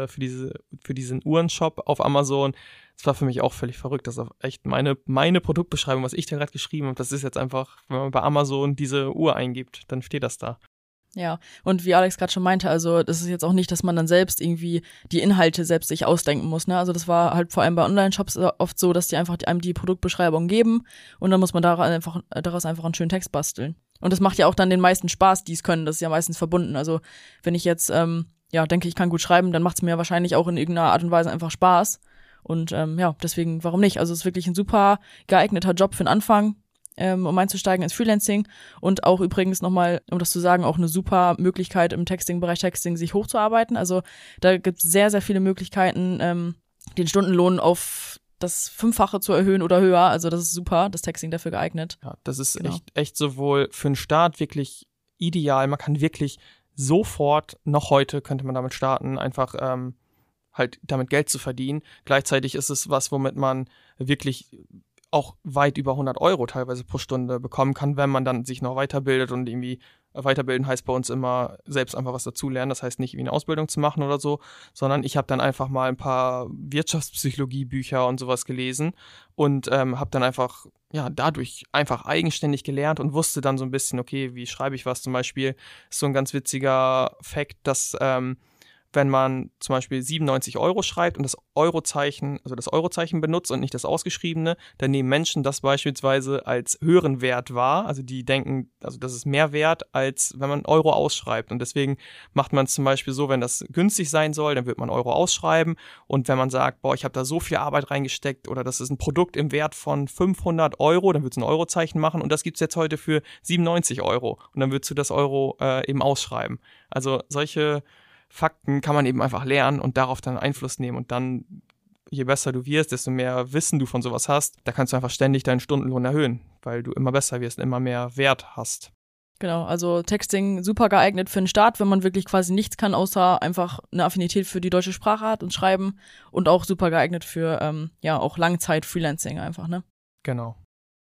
diesen Uhrenshop auf Amazon. Das war für mich auch völlig verrückt. Das ist auch echt meine Produktbeschreibung, was ich da gerade geschrieben habe. Das ist jetzt einfach, wenn man bei Amazon diese Uhr eingibt, dann steht das da. Ja, und wie Alex gerade schon meinte, also das ist jetzt auch nicht, dass man dann selbst irgendwie die Inhalte selbst sich ausdenken muss, ne? Also das war halt vor allem bei Online-Shops oft so, dass die einfach einem die Produktbeschreibung geben und dann muss man daraus einfach einen schönen Text basteln. Und das macht ja auch dann den meisten Spaß, die es können. Das ist ja meistens verbunden. Also wenn ich jetzt denke, ich kann gut schreiben, dann macht es mir wahrscheinlich auch in irgendeiner Art und Weise einfach Spaß. Und deswegen, warum nicht? Also es ist wirklich ein super geeigneter Job für den Anfang, um einzusteigen ins Freelancing und auch übrigens nochmal, um das zu sagen, auch eine super Möglichkeit im Bereich Texting sich hochzuarbeiten. Also da gibt es sehr, sehr viele Möglichkeiten, den Stundenlohn auf das 5-fache zu erhöhen oder höher. Also das ist super, das Texting dafür geeignet. Ja, das ist echt sowohl für den Start wirklich ideal. Man kann wirklich sofort, noch heute könnte man damit starten, einfach halt damit Geld zu verdienen. Gleichzeitig ist es was, womit man wirklich auch weit über 100 € teilweise pro Stunde bekommen kann, wenn man dann sich noch weiterbildet und irgendwie weiterbilden heißt bei uns immer selbst einfach was dazulernen. Das heißt nicht wie eine Ausbildung zu machen oder so, sondern ich habe dann einfach mal ein paar Wirtschaftspsychologie-Bücher und sowas gelesen und habe dann einfach dadurch einfach eigenständig gelernt und wusste dann so ein bisschen, okay, wie schreibe ich was zum Beispiel. Ist so ein ganz witziger Fact, dass wenn man zum Beispiel 97 € schreibt und das Eurozeichen benutzt und nicht das ausgeschriebene, dann nehmen Menschen das beispielsweise als höheren Wert wahr. Also die denken, also das ist mehr wert, als wenn man Euro ausschreibt. Und deswegen macht man es zum Beispiel so, wenn das günstig sein soll, dann wird man Euro ausschreiben. Und wenn man sagt, ich habe da so viel Arbeit reingesteckt oder das ist ein Produkt im Wert von 500 €, dann wird es ein Eurozeichen machen. Und das gibt es jetzt heute für 97 €. Und dann würdest du das Euro eben ausschreiben. Also solche Fakten kann man eben einfach lernen und darauf dann Einfluss nehmen und dann, je besser du wirst, desto mehr Wissen du von sowas hast, da kannst du einfach ständig deinen Stundenlohn erhöhen, weil du immer besser wirst, immer mehr Wert hast. Genau, also Texting super geeignet für den Start, wenn man wirklich quasi nichts kann, außer einfach eine Affinität für die deutsche Sprache hat und Schreiben und auch super geeignet für auch Langzeit-Freelancing einfach, ne? Genau.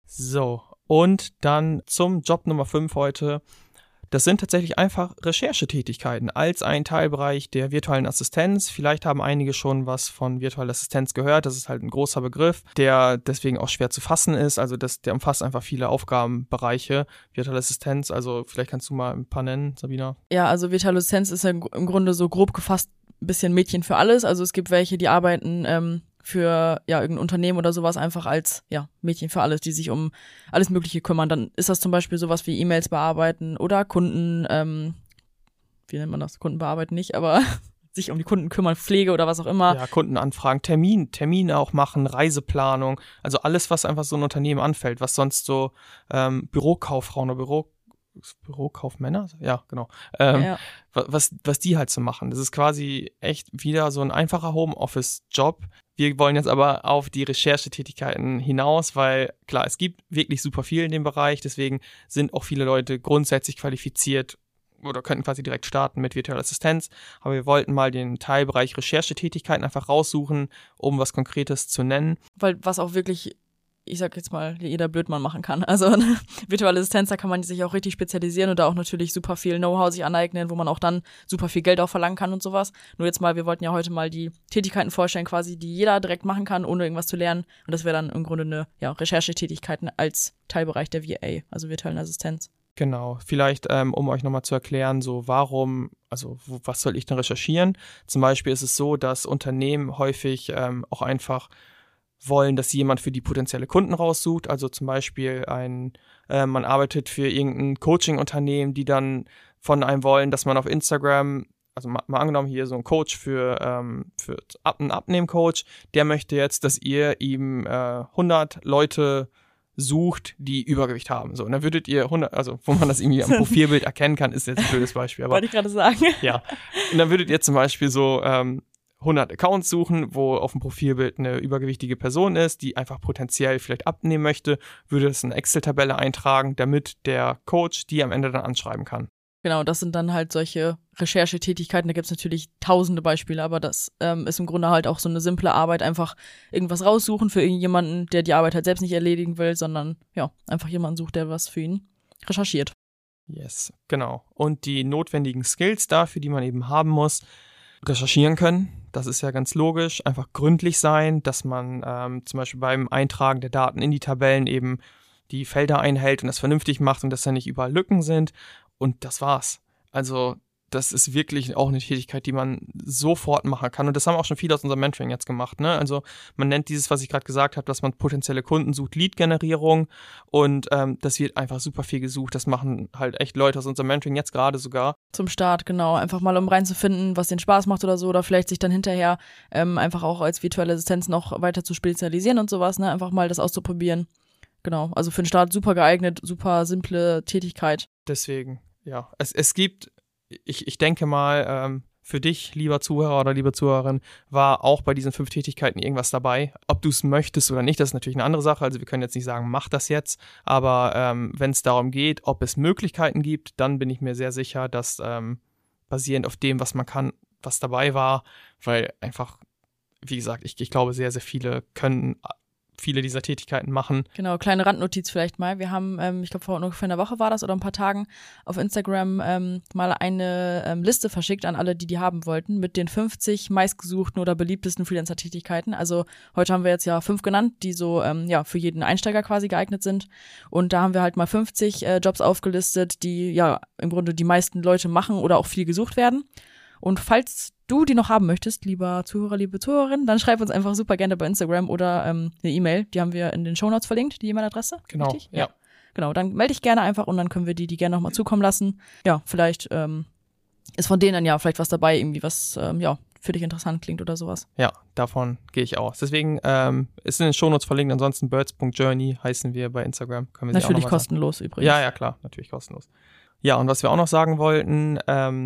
So, und dann zum Job Nummer 5 heute. Das sind tatsächlich einfach Recherchetätigkeiten als ein Teilbereich der virtuellen Assistenz. Vielleicht haben einige schon was von virtueller Assistenz gehört. Das ist halt ein großer Begriff, der deswegen auch schwer zu fassen ist. Also der umfasst einfach viele Aufgabenbereiche. Virtuelle Assistenz, also vielleicht kannst du mal ein paar nennen, Sabina. Ja, also virtuelle Assistenz ist ja im Grunde so grob gefasst ein bisschen Mädchen für alles. Also es gibt welche, die arbeiten für irgendein Unternehmen oder sowas einfach als Mädchen für alles, die sich um alles Mögliche kümmern. Dann ist das zum Beispiel sowas wie E-Mails bearbeiten oder Kunden, wie nennt man das? Kunden bearbeiten nicht, aber sich um die Kunden kümmern, Pflege oder was auch immer. Ja, Kundenanfragen, Termine auch machen, Reiseplanung, also alles, was einfach so ein Unternehmen anfällt, was sonst so Bürokauffrauen oder Bürokaufmänner? Ja, genau. Was die halt so machen. Das ist quasi echt wieder so ein einfacher Homeoffice-Job. Wir wollen jetzt aber auf die Recherchetätigkeiten hinaus, weil klar, es gibt wirklich super viel in dem Bereich, deswegen sind auch viele Leute grundsätzlich qualifiziert oder könnten quasi direkt starten mit virtueller Assistenz. Aber wir wollten mal den Teilbereich Recherchetätigkeiten einfach raussuchen, um was Konkretes zu nennen. Weil was auch wirklich, ich sag jetzt mal, jeder Blödmann machen kann. Also virtuelle Assistenz, da kann man sich auch richtig spezialisieren und da auch natürlich super viel Know-how sich aneignen, wo man auch dann super viel Geld auch verlangen kann und sowas. Nur jetzt mal, wir wollten ja heute mal die Tätigkeiten vorstellen, quasi, die jeder direkt machen kann, ohne irgendwas zu lernen. Und das wäre dann im Grunde eine Recherchetätigkeiten als Teilbereich der VA, also virtuellen Assistenz. Genau, vielleicht um euch nochmal zu erklären, so was soll ich denn recherchieren? Zum Beispiel ist es so, dass Unternehmen häufig auch einfach wollen, dass jemand für die potenzielle Kunden raussucht. Also zum Beispiel man arbeitet für irgendein Coaching-Unternehmen, die dann von einem wollen, dass man auf Instagram, also mal angenommen hier so ein Coach für einen Abnehmcoach, der möchte jetzt, dass ihr ihm 100 Leute sucht, die Übergewicht haben. So, und dann würdet ihr 100, also wo man das irgendwie am Profilbild erkennen kann, ist jetzt ein blödes Beispiel. Aber wollte ich gerade sagen. ja, und dann würdet ihr zum Beispiel so 100 Accounts suchen, wo auf dem Profilbild eine übergewichtige Person ist, die einfach potenziell vielleicht abnehmen möchte, würde das in eine Excel-Tabelle eintragen, damit der Coach die am Ende dann anschreiben kann. Genau, das sind dann halt solche Recherchetätigkeiten, da gibt's natürlich tausende Beispiele, aber das ist im Grunde halt auch so eine simple Arbeit, einfach irgendwas raussuchen für irgendjemanden, der die Arbeit halt selbst nicht erledigen will, sondern ja, einfach jemanden sucht, der was für ihn recherchiert. Yes, genau. Und die notwendigen Skills dafür, die man eben haben muss, recherchieren können, das ist ja ganz logisch, einfach gründlich sein, dass man zum Beispiel beim Eintragen der Daten in die Tabellen eben die Felder einhält und das vernünftig macht und dass da nicht überall Lücken sind. Und das war's. Also das ist wirklich auch eine Tätigkeit, die man sofort machen kann. Und das haben auch schon viele aus unserem Mentoring jetzt gemacht, ne? Also man nennt dieses, was ich gerade gesagt habe, dass man potenzielle Kunden sucht, Lead-Generierung. Und das wird einfach super viel gesucht. Das machen halt echt Leute aus unserem Mentoring jetzt gerade sogar. Zum Start, genau. Einfach mal, um reinzufinden, was den Spaß macht oder so. Oder vielleicht sich dann hinterher einfach auch als virtuelle Assistenz noch weiter zu spezialisieren und sowas, ne? Einfach mal das auszuprobieren. Genau. Also für den Start super geeignet, super simple Tätigkeit. Deswegen, ja. Es gibt, ich denke mal, für dich, lieber Zuhörer oder liebe Zuhörerin, war auch bei diesen 5 Tätigkeiten irgendwas dabei. Ob du es möchtest oder nicht, das ist natürlich eine andere Sache. Also wir können jetzt nicht sagen, mach das jetzt. Aber wenn es darum geht, ob es Möglichkeiten gibt, dann bin ich mir sehr sicher, dass basierend auf dem, was man kann, was dabei war, weil einfach, wie gesagt, ich glaube, sehr, sehr viele können viele dieser Tätigkeiten machen. Genau, kleine Randnotiz vielleicht mal. Wir haben, ich glaube vor ungefähr einer Woche war das oder ein paar Tagen, auf Instagram mal eine Liste verschickt an alle, die haben wollten, mit den 50 meistgesuchten oder beliebtesten Freelancer-Tätigkeiten. Also heute haben wir jetzt ja 5 genannt, die so für jeden Einsteiger quasi geeignet sind. Und da haben wir halt mal 50 Jobs aufgelistet, die ja im Grunde die meisten Leute machen oder auch viel gesucht werden. Und falls du die noch haben möchtest, lieber Zuhörer, liebe Zuhörerin, dann schreib uns einfach super gerne bei Instagram oder eine E-Mail. Die haben wir in den Shownotes verlinkt, die E-Mail-Adresse. Genau, richtig? ja. Genau, dann melde dich gerne einfach und dann können wir die gerne nochmal zukommen lassen. Ja, vielleicht ist von denen ja vielleicht was dabei, irgendwie was für dich interessant klingt oder sowas. Ja, davon gehe ich aus. Deswegen ist in den Shownotes verlinkt. Ansonsten birds.journey heißen wir bei Instagram. Können wir natürlich auch kostenlos übrigens. Ja, klar, natürlich kostenlos. Ja, und was wir auch noch sagen wollten,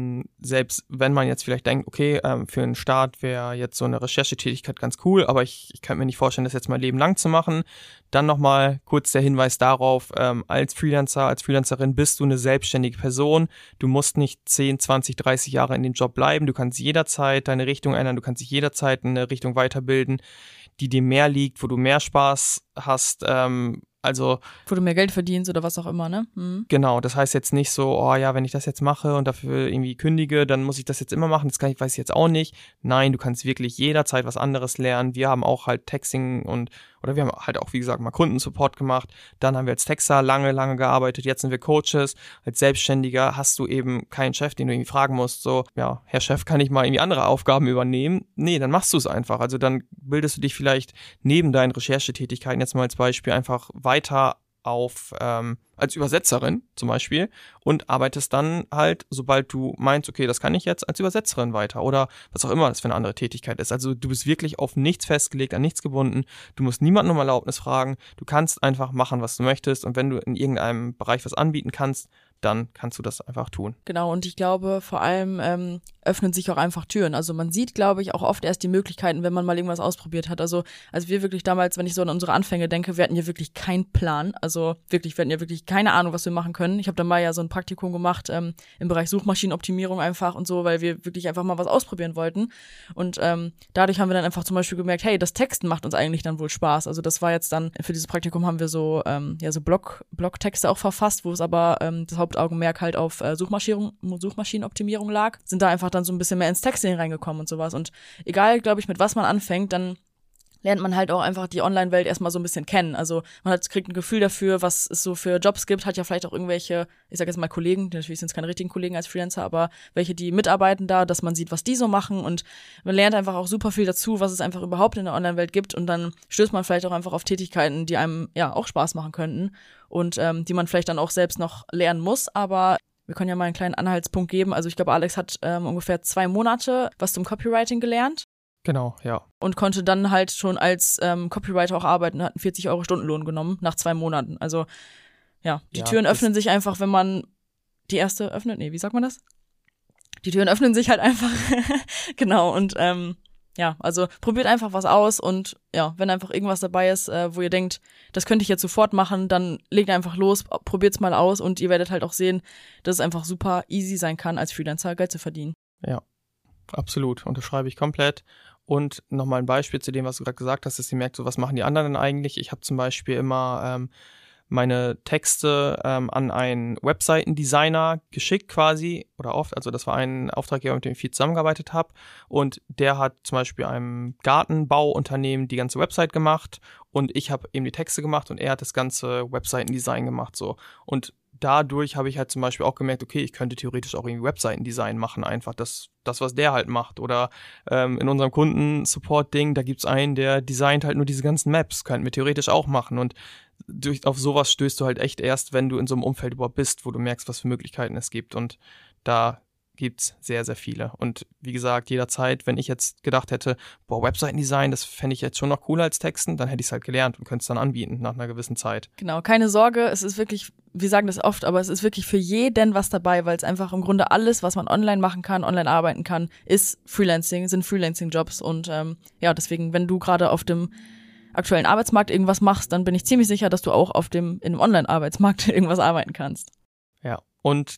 selbst wenn man jetzt vielleicht denkt, okay, für einen Start wäre jetzt so eine Recherchetätigkeit ganz cool, aber ich kann mir nicht vorstellen, das jetzt mein Leben lang zu machen, dann nochmal kurz der Hinweis darauf, als Freelancer, als Freelancerin bist du eine selbstständige Person, du musst nicht 10, 20, 30 Jahre in dem Job bleiben, du kannst jederzeit deine Richtung ändern, du kannst dich jederzeit in eine Richtung weiterbilden, die dir mehr liegt, wo du mehr Spaß hast, also wo du mehr Geld verdienst oder was auch immer, ne? Mhm. Genau, das heißt jetzt nicht so, oh ja, wenn ich das jetzt mache und dafür irgendwie kündige, dann muss ich das jetzt immer machen, weiß ich jetzt auch nicht. Nein, du kannst wirklich jederzeit was anderes lernen. Wir haben auch halt Texting oder wir haben halt auch, wie gesagt, mal Kundensupport gemacht. Dann haben wir als Texter lange gearbeitet. Jetzt sind wir Coaches. Als Selbstständiger hast du eben keinen Chef, den du irgendwie fragen musst, so, ja, Herr Chef, kann ich mal irgendwie andere Aufgaben übernehmen? Nee, dann machst du es einfach. Also dann bildest du dich vielleicht neben deinen Recherchetätigkeiten jetzt mal als Beispiel einfach weiter auf als Übersetzerin zum Beispiel und arbeitest dann halt, sobald du meinst, okay, das kann ich jetzt, als Übersetzerin weiter oder was auch immer das für eine andere Tätigkeit ist. Also du bist wirklich auf nichts festgelegt, an nichts gebunden. Du musst niemanden um Erlaubnis fragen. Du kannst einfach machen, was du möchtest und wenn du in irgendeinem Bereich was anbieten kannst, dann kannst du das einfach tun. Genau, und ich glaube, vor allem öffnen sich auch einfach Türen. Also man sieht, glaube ich, auch oft erst die Möglichkeiten, wenn man mal irgendwas ausprobiert hat. Also als wir wirklich damals, wenn ich so an unsere Anfänge denke, wir hatten ja wirklich keinen Plan. Also wirklich, wir hatten ja wirklich keine Ahnung, was wir machen können. Ich habe dann mal ja so ein Praktikum gemacht im Bereich Suchmaschinenoptimierung einfach und so, weil wir wirklich einfach mal was ausprobieren wollten. Und dadurch haben wir dann einfach zum Beispiel gemerkt, hey, das Texten macht uns eigentlich dann wohl Spaß. Also das war jetzt dann, für dieses Praktikum haben wir so Blogtexte auch verfasst, wo es aber das Hauptaugenmerk halt auf Suchmaschinenoptimierung lag, sind da einfach dann so ein bisschen mehr ins Texting reingekommen und sowas. Und egal, glaube ich, mit was man anfängt, dann lernt man halt auch einfach die Online-Welt erstmal so ein bisschen kennen. Also man kriegt ein Gefühl dafür, was es so für Jobs gibt, hat ja vielleicht auch irgendwelche, ich sag jetzt mal Kollegen, natürlich sind es keine richtigen Kollegen als Freelancer, aber welche, die mitarbeiten da, dass man sieht, was die so machen und man lernt einfach auch super viel dazu, was es einfach überhaupt in der Online-Welt gibt und dann stößt man vielleicht auch einfach auf Tätigkeiten, die einem ja auch Spaß machen könnten und die man vielleicht dann auch selbst noch lernen muss, aber wir können ja mal einen kleinen Anhaltspunkt geben. Also ich glaube, Alex hat ungefähr 2 Monate was zum Copywriting gelernt. Genau, ja. Und konnte dann halt schon als Copywriter auch arbeiten, hat einen 40 € Stundenlohn genommen nach 2 Monaten. Also ja, die Türen öffnen sich einfach, wenn man die erste öffnet. Nee, wie sagt man das? Die Türen öffnen sich halt einfach. Genau, und ja, also probiert einfach was aus und ja, wenn einfach irgendwas dabei ist, wo ihr denkt, das könnte ich jetzt sofort machen, dann legt einfach los, probiert's mal aus und ihr werdet halt auch sehen, dass es einfach super easy sein kann, als Freelancer Geld zu verdienen. Ja, absolut, unterschreibe ich komplett. Und nochmal ein Beispiel zu dem, was du gerade gesagt hast, dass ihr merkt, so was machen die anderen denn eigentlich? Ich habe zum Beispiel immer meine Texte an einen Webseitendesigner geschickt quasi oder oft, also das war ein Auftraggeber, mit dem ich viel zusammengearbeitet habe und der hat zum Beispiel einem Gartenbauunternehmen die ganze Website gemacht und ich habe eben die Texte gemacht und er hat das ganze Webseitendesign gemacht so und dadurch habe ich halt zum Beispiel auch gemerkt, okay, ich könnte theoretisch auch irgendwie Webseitendesign machen, einfach das was der halt macht. Oder in unserem Kundensupport-Ding, da gibt's einen, der designt halt nur diese ganzen Maps, könnten wir theoretisch auch machen. Und auf sowas stößt du halt echt erst, wenn du in so einem Umfeld überhaupt bist, wo du merkst, was für Möglichkeiten es gibt. Und da gibt's sehr, sehr viele. Und wie gesagt, jederzeit, wenn ich jetzt gedacht hätte, Webseitendesign, das fände ich jetzt schon noch cooler als Texten, dann hätte ich es halt gelernt und könnte es dann anbieten nach einer gewissen Zeit. Genau, keine Sorge, es ist wirklich, wir sagen das oft, aber es ist wirklich für jeden was dabei, weil es einfach im Grunde alles, was man online machen kann, online arbeiten kann, ist Freelancing, sind Freelancing-Jobs und ja, deswegen, wenn du gerade auf dem aktuellen Arbeitsmarkt irgendwas machst, dann bin ich ziemlich sicher, dass du auch in einem Online-Arbeitsmarkt irgendwas arbeiten kannst. Ja, und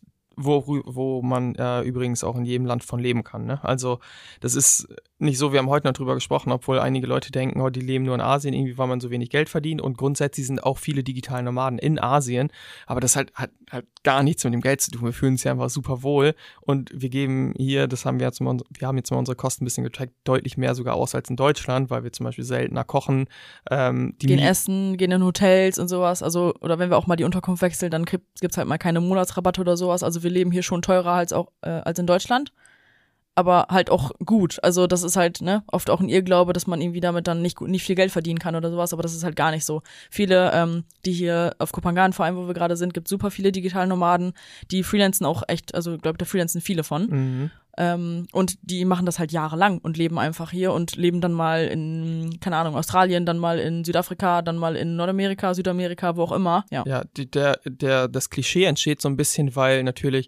wo man übrigens auch in jedem Land von leben kann. Ne? Also das ist nicht so, wir haben heute noch drüber gesprochen, obwohl einige Leute denken, oh, die leben nur in Asien, irgendwie weil man so wenig Geld verdient und grundsätzlich sind auch viele digitale Nomaden in Asien, aber das hat gar nichts mit dem Geld zu tun. Wir fühlen uns ja einfach super wohl und wir geben hier, wir haben jetzt mal unsere Kosten ein bisschen getrackt, deutlich mehr sogar aus als in Deutschland, weil wir zum Beispiel seltener kochen. Gehen essen, gehen in Hotels und sowas, also oder wenn wir auch mal die Unterkunft wechseln, dann gibt's halt mal keine Monatsrabatte oder sowas, also wir leben hier schon teurer als in Deutschland. Aber halt auch gut. Also das ist halt oft auch ein Irrglaube, dass man irgendwie damit dann nicht viel Geld verdienen kann oder sowas, aber das ist halt gar nicht so. Viele, die hier auf Koh Phangan, vor allem wo wir gerade sind, gibt super viele digitale Nomaden, die freelancen auch echt, also ich glaube, da freelancen viele von. Und die machen das halt jahrelang und leben einfach hier und leben dann mal in, keine Ahnung, Australien, dann mal in Südafrika, dann mal in Nordamerika, Südamerika, wo auch immer. Ja, das Klischee entsteht so ein bisschen, weil natürlich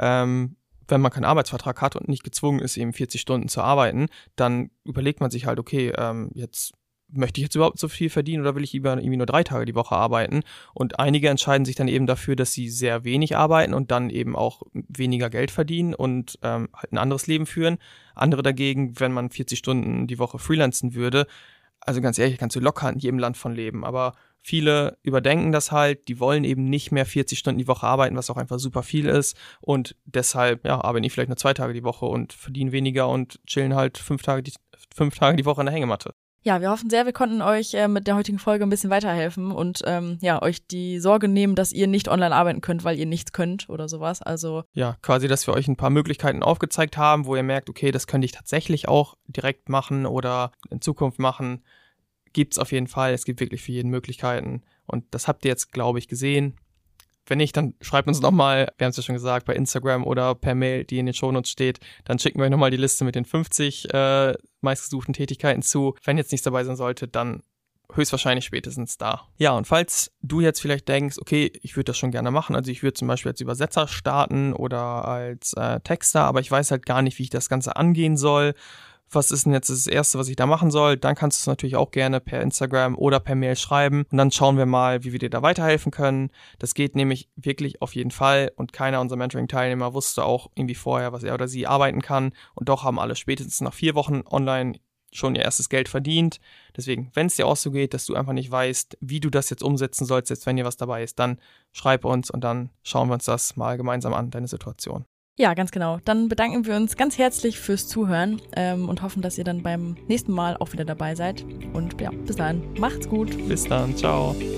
wenn man keinen Arbeitsvertrag hat und nicht gezwungen ist, eben 40 Stunden zu arbeiten, dann überlegt man sich halt, okay, jetzt möchte ich jetzt überhaupt so viel verdienen oder will ich lieber irgendwie nur 3 Tage die Woche arbeiten? Und einige entscheiden sich dann eben dafür, dass sie sehr wenig arbeiten und dann eben auch weniger Geld verdienen und halt ein anderes Leben führen. Andere dagegen, wenn man 40 Stunden die Woche freelancen würde, also ganz ehrlich, kannst du locker in jedem Land von leben, aber viele überdenken das halt, die wollen eben nicht mehr 40 Stunden die Woche arbeiten, was auch einfach super viel ist und deshalb arbeiten die vielleicht nur 2 Tage die Woche und verdienen weniger und chillen halt 5 Tage die Woche in der Hängematte. Ja, wir hoffen sehr, wir konnten euch mit der heutigen Folge ein bisschen weiterhelfen und euch die Sorge nehmen, dass ihr nicht online arbeiten könnt, weil ihr nichts könnt oder sowas. Also ja, quasi, dass wir euch ein paar Möglichkeiten aufgezeigt haben, wo ihr merkt, okay, das könnte ich tatsächlich auch direkt machen oder in Zukunft machen. Gibt's auf jeden Fall. Es gibt wirklich für jeden Möglichkeiten. Und das habt ihr jetzt, glaube ich, gesehen. Wenn nicht, dann schreibt uns nochmal, wir haben es ja schon gesagt, bei Instagram oder per Mail, die in den Shownotes steht. Dann schicken wir euch nochmal die Liste mit den 50 meistgesuchten Tätigkeiten zu. Wenn jetzt nichts dabei sein sollte, dann höchstwahrscheinlich spätestens da. Ja, und falls du jetzt vielleicht denkst, okay, ich würde das schon gerne machen, also ich würde zum Beispiel als Übersetzer starten oder als Texter, aber ich weiß halt gar nicht, wie ich das Ganze angehen soll. Was ist denn jetzt das Erste, was ich da machen soll? Dann kannst du es natürlich auch gerne per Instagram oder per Mail schreiben und dann schauen wir mal, wie wir dir da weiterhelfen können. Das geht nämlich wirklich auf jeden Fall und keiner unserer Mentoring-Teilnehmer wusste auch irgendwie vorher, was er oder sie arbeiten kann und doch haben alle spätestens nach 4 Wochen online schon ihr erstes Geld verdient. Deswegen, wenn es dir auch so geht, dass du einfach nicht weißt, wie du das jetzt umsetzen sollst, jetzt wenn hier was dabei ist, dann schreib uns und dann schauen wir uns das mal gemeinsam an, deine Situation. Ja, ganz genau. Dann bedanken wir uns ganz herzlich fürs Zuhören und hoffen, dass ihr dann beim nächsten Mal auch wieder dabei seid. Und ja, bis dann. Macht's gut. Bis dann. Ciao.